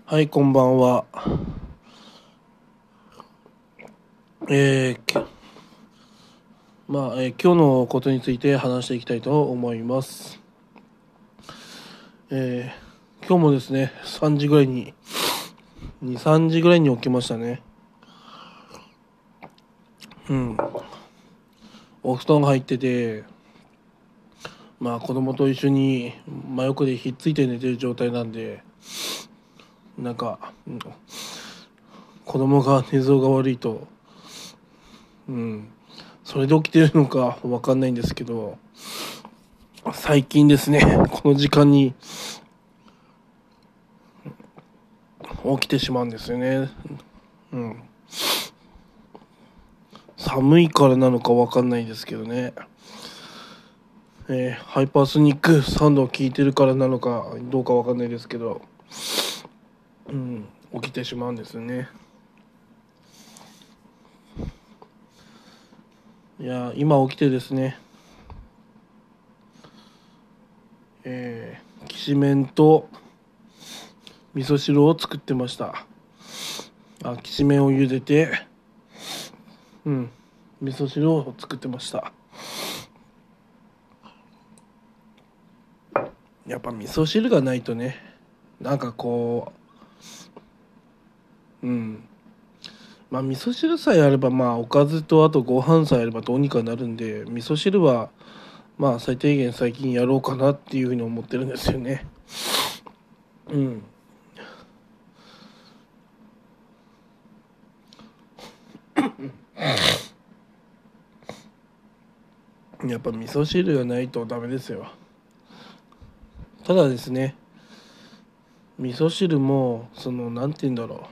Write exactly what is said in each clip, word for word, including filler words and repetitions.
はい、こんばんは。えー、きまあ、えー今日のことについて話していきたいと思います。えー今日もですね、さんじぐらいに、に、さんじぐらいに起きましたね。うん。お布団入ってて、まあ子供と一緒に真横でひっついて寝てる状態なんで、なんか、うん、子供が寝相が悪いと、うん、それで起きてるのかわかんないんですけど、最近ですね、この時間に起きてしまうんですよね。うん。寒いからなのかわかんないですけどね。えーハイパーソニックサウンドを聞いてるからなのかどうかわかんないですけど、うん、起きてしまうんですよね。いや、今起きてですね、えー、きしめんと味噌汁を作ってました。あ、きしめんを茹でて、うん、味噌汁を作ってました。やっぱ味噌汁がないとね、なんかこう、うん、まあ味噌汁さえあれば、まあおかずとあとご飯さえあればどうにかなるんで、味噌汁はまあ最低限最近やろうかなっていうふうに思ってるんですよね。うん。やっぱ味噌汁がないとダメですよ。ただですね、味噌汁もそのなんて言うんだろう、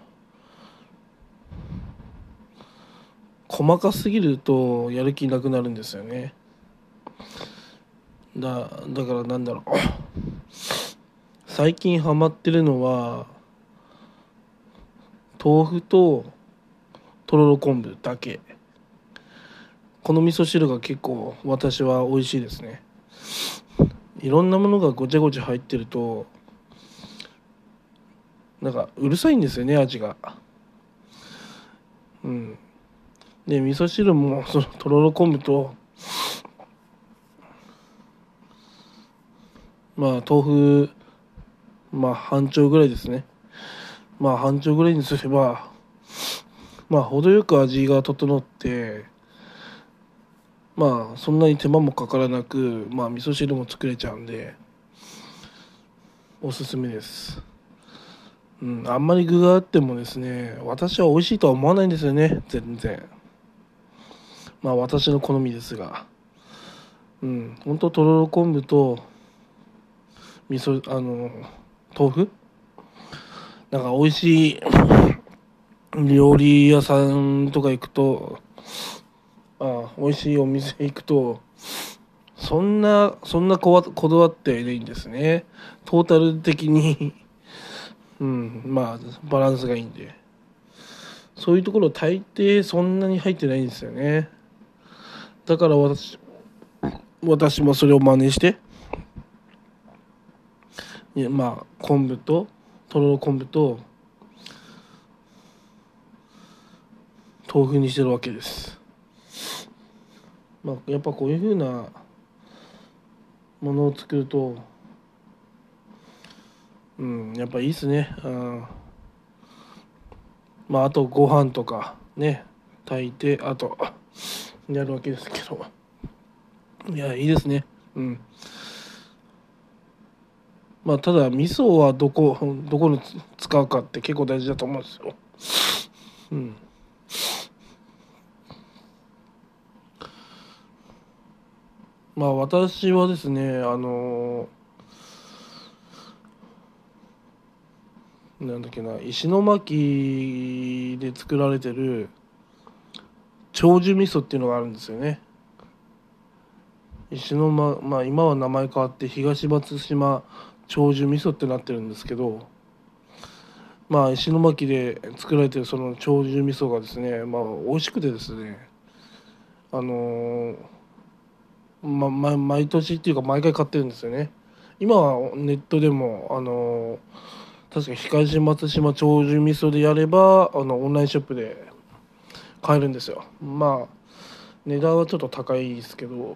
細かすぎるとやる気なくなるんですよね。だだからなんだろう、最近ハマってるのは豆腐ととろろ昆布だけ。この味噌汁が結構私は美味しいですね。いろんなものがごちゃごちゃ入ってるとなんかうるさいんですよね、味が。うん。で味噌汁もそのとろろ昆布と、まあ豆腐、まあ半丁ぐらいですね。まあ半丁ぐらいにすれば、まあ程よく味が整って、まあそんなに手間もかからなく、まあ味噌汁も作れちゃうんでおすすめです。うん、あんまり具があってもですね、私は美味しいとは思わないんですよね、全然。まあ私の好みですが、うん、ほんととろろ昆布と味噌、あの豆腐、なんか美味しい料理屋さんとか行くと、あ美味しいお店行くと、そんなそんなこわこだわっていないんですね。トータル的にうんまあバランスがいいんで、そういうところ大抵そんなに入ってないんですよね。だから私私もそれを真似して、いやまあ昆布ととろろ昆布と豆腐にしてるわけです。まあやっぱこういう風なものを作ると、うんやっぱいいっすね。うん、まああとご飯とかね炊いて、あとやるわけですけど、いやいいですね。うん。まあただ味噌はどこどこの使うかって結構大事だと思うんですよ。うん。まあ私はですね、あのなんだっけな、石巻で作られてる長寿味噌っていうのがあるんですよね。石巻、まあ今は名前変わって東松島長寿味噌ってなってるんですけど、まあ石巻で作られてるその長寿味噌がですね、まあ美味しくてですね、あのま、ま、毎年っていうか毎回買ってるんですよね。今はネットでも、あの確か東松島長寿味噌でやればあのオンラインショップで買えるんですよ。まあ値段はちょっと高いですけど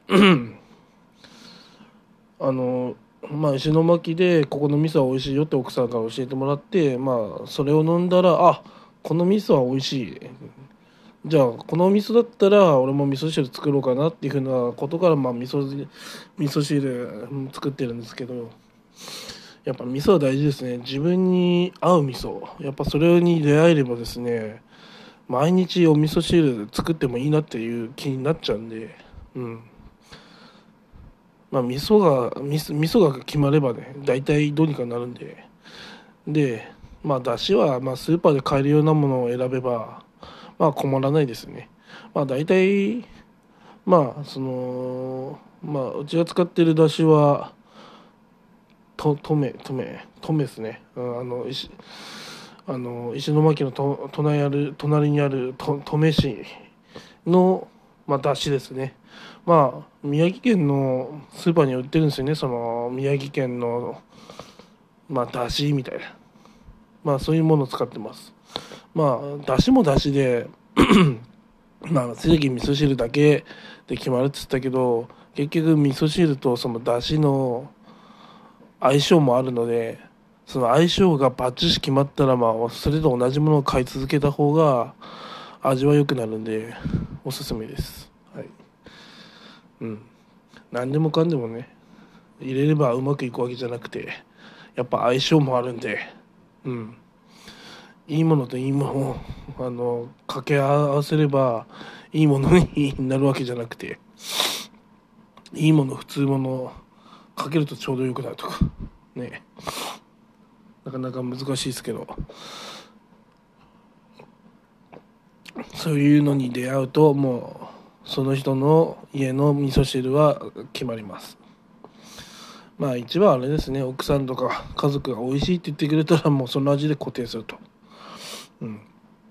あのまあ石巻でここの味噌は美味しいよって奥さんから教えてもらって、まあそれを飲んだら、あ、この味噌は美味しい、じゃあこの味噌だったら俺も味噌汁作ろうかなっていうふうなことから、まあ味噌味噌汁作ってるんですけど、やっぱ味噌は大事ですね。自分に合う味噌、やっぱそれに出会えればですね、毎日お味噌汁作ってもいいなっていう気になっちゃうんで、うん。まあ味噌が味噌味噌が決まればね、大体どうにかなるんで、で、まあ出汁はまあスーパーで買えるようなものを選べばまあ困らないですね。まあ大体まあそのまあうちが使ってる出汁はととめとめとめですね。うん、あの石あの石巻のと隣にある隣にあると登米市のまあ出汁ですね。まあ宮城県のスーパーに売ってるんですよね。その宮城県のまあ出汁みたいな、まあそういうものを使ってます。まあ出汁も出汁でまあ正直味噌汁だけで決まるって言ったけど、結局味噌汁とその出汁の相性もあるので、その相性がバッチシ決まったら、まあそれと同じものを買い続けた方が味は良くなるんでおすすめです。はい。うん。何でもかんでもね入れればうまくいくわけじゃなくて、やっぱ相性もあるんで、うん。いいものといいものをあの掛け合わせればいいものになるわけじゃなくて、いいもの普通ものかけるとちょうどよくなるとかね、なかなか難しいですけど、そういうのに出会うともうその人の家の味噌汁は決まります。まあ一番あれですね、奥さんとか家族が美味しいって言ってくれたらもうその味で固定すると。うん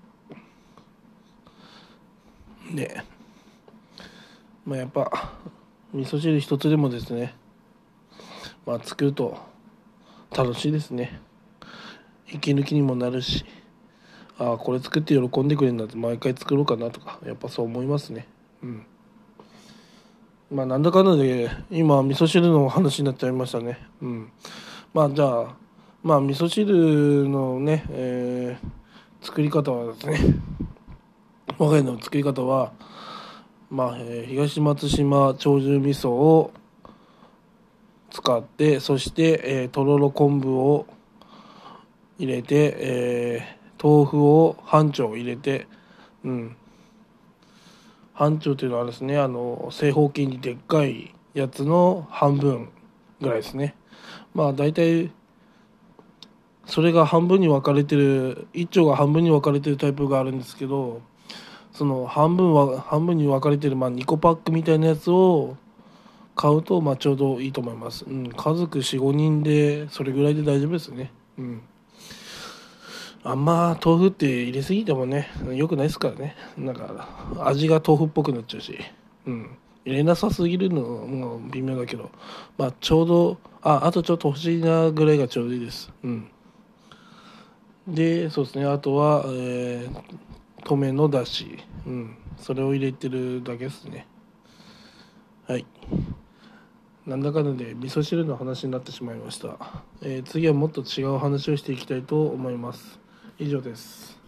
で、まあやっぱ味噌汁一つでもですね、まあ作ると楽しいですね。息抜きにもなるし、ああこれ作って喜んでくれるんだって毎回作ろうかなとかやっぱそう思いますね。うん。まあなんだかんだで今味噌汁の話になっちゃいましたね。うん。まあじゃあまあ味噌汁のね、えー作り方はですね、我が家の作り方はまあ、えー東松島長寿味噌を使って、そして、えーとろろ昆布を入れて、えー豆腐を半丁入れて、うん、半丁というのはですね、あの正方形にでっかいやつの半分ぐらいですね。まあ大体それが半分に分かれてる、一丁が半分に分かれてるタイプがあるんですけど、その半分は半分に分かれてる、まあ、にこパックみたいなやつを買うとまあちょうどいいと思います。うん、家族よん、ごにんでそれぐらいで大丈夫ですね。うん。あんま豆腐って入れすぎてもね良くないですからね。なんか味が豆腐っぽくなっちゃうし、うん、入れなさすぎるのも微妙だけど、まあちょうどああとちょっと欲しいなぐらいがちょうどいいです。うん。でそうですね、あとは、えー、米のだし、うん、それを入れてるだけですね。はい。なんだかんだで味噌汁の話になってしまいました。えー次はもっと違う話をしていきたいと思います。以上です。